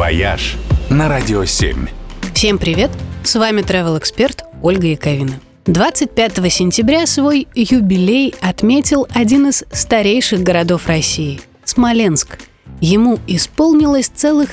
«Вояж» на Радио 7. Всем привет! С вами travel-эксперт Ольга Яковина. 25 сентября свой юбилей отметил один из старейших городов России – Смоленск. Ему исполнилось целых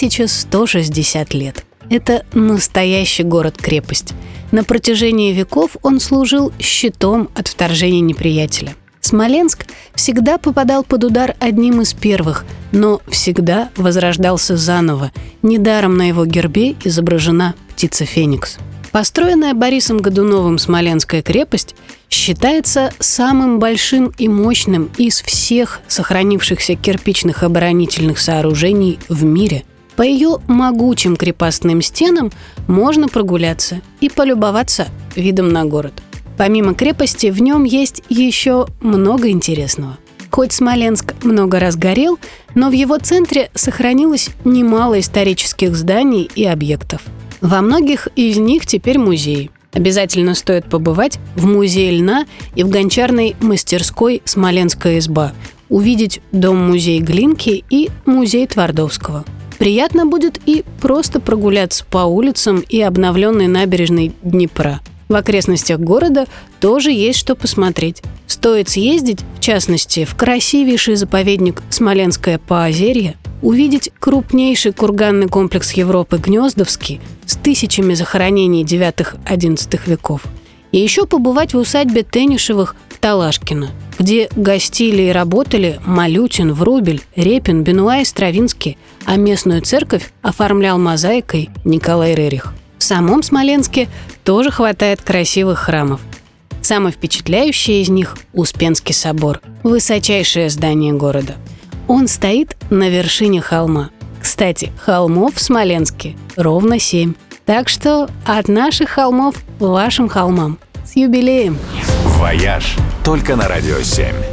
1160 лет. Это настоящий город-крепость. На протяжении веков он служил щитом от вторжения неприятеля. Смоленск всегда попадал под удар одним из первых, но всегда возрождался заново. Недаром на его гербе изображена птица Феникс. Построенная Борисом Годуновым Смоленская крепость считается самым большим и мощным из всех сохранившихся кирпичных оборонительных сооружений в мире. По ее могучим крепостным стенам можно прогуляться и полюбоваться видом на город. Помимо крепости, в нем есть еще много интересного. Хоть Смоленск много раз горел, но в его центре сохранилось немало исторических зданий и объектов. Во многих из них теперь музеи. Обязательно стоит побывать в музее льна и в гончарной мастерской «Смоленская изба», увидеть дом-музей Глинки и музей Твардовского. Приятно будет и просто прогуляться по улицам и обновленной набережной Днепра. В окрестностях города тоже есть что посмотреть. Стоит съездить, в частности, в красивейший заповедник Смоленское Поозерье, увидеть крупнейший курганный комплекс Европы Гнездовский с тысячами захоронений IX-XI веков. И еще побывать в усадьбе Тенишевых в Талашкино, где гостили и работали Малютин, Врубель, Репин, Бенуа и Стравинский, а местную церковь оформлял мозаикой Николай Рерих. В самом Смоленске тоже хватает красивых храмов. Самый впечатляющий из них – Успенский собор, высочайшее здание города. Он стоит на вершине холма. Кстати, холмов в Смоленске ровно 7. Так что от наших холмов к вашим холмам. С юбилеем! «Вояж» только на Радио 7.